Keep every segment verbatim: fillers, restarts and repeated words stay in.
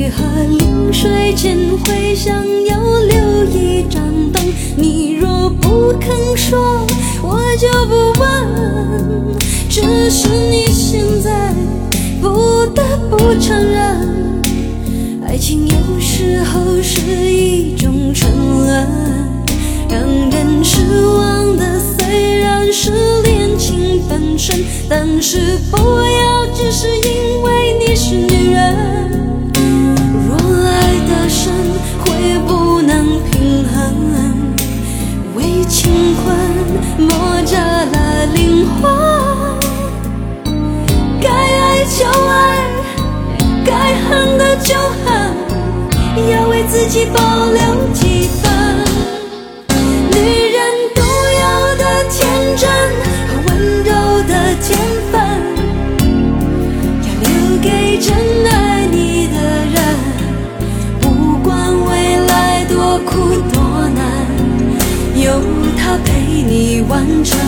为何临睡前会想要留一盏灯？你若不肯说，我就不问。只是你现在不得不承认，爱情有时候是一种沉沦，让人失望的虽然是恋情本身，但是不要只是因为你是女人。若爱得深，会不能平衡，为情困磨折了灵魂。该爱就爱，该恨的就恨，要为自己保留几分。女人独有的天真和温柔的天分，要留给真爱你的人。不管未来多苦多难，有他陪你完成。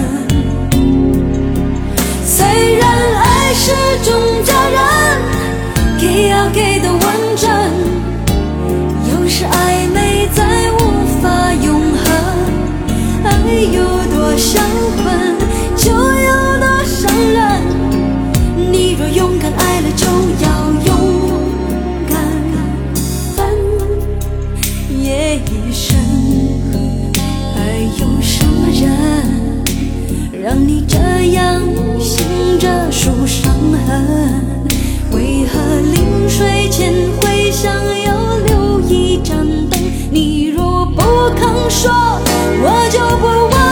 虽然爱是种责任，给要给的完整，有时暧昧再无法永恒。爱有多销魂，就有多伤人。你若勇敢爱了，就要勇敢分也一生。爱有什么人，让你这样醒着数伤痕？为何临睡前会想要留一盏灯？你若不肯说，我就不问。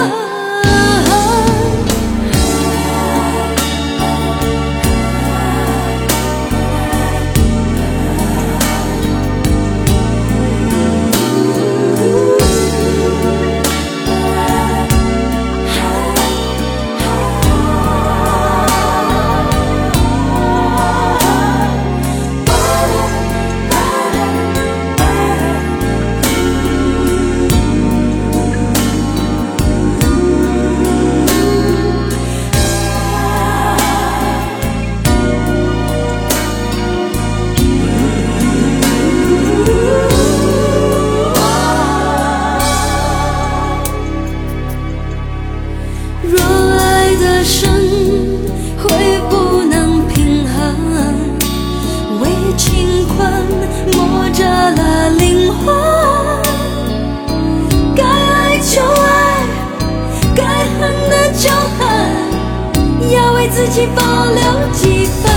若爱得深，会不能平衡，为情困磨折了灵魂。该爱就爱，该恨的就恨，要为自己保留几分。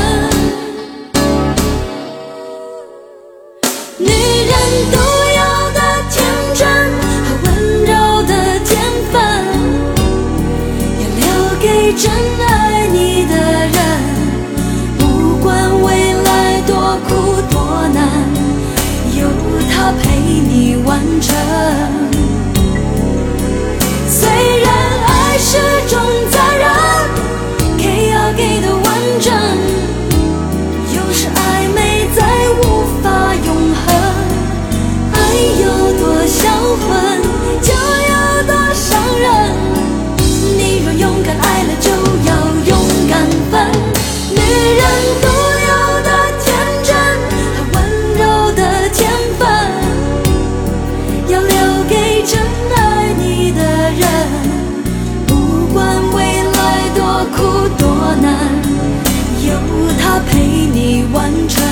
女人独有的天真和温柔的天分，给真爱你的人。不管未来多苦多难，有他陪你完成。虽然爱是种责任，给要给的完整，有时暧昧再无法永恒。爱有多销魂，就有多伤人。你若勇敢爱了，就要勇敢分。女人独有的天真和温柔的天分，要留给真爱你的人。不管未来多苦多难，有他陪你完成。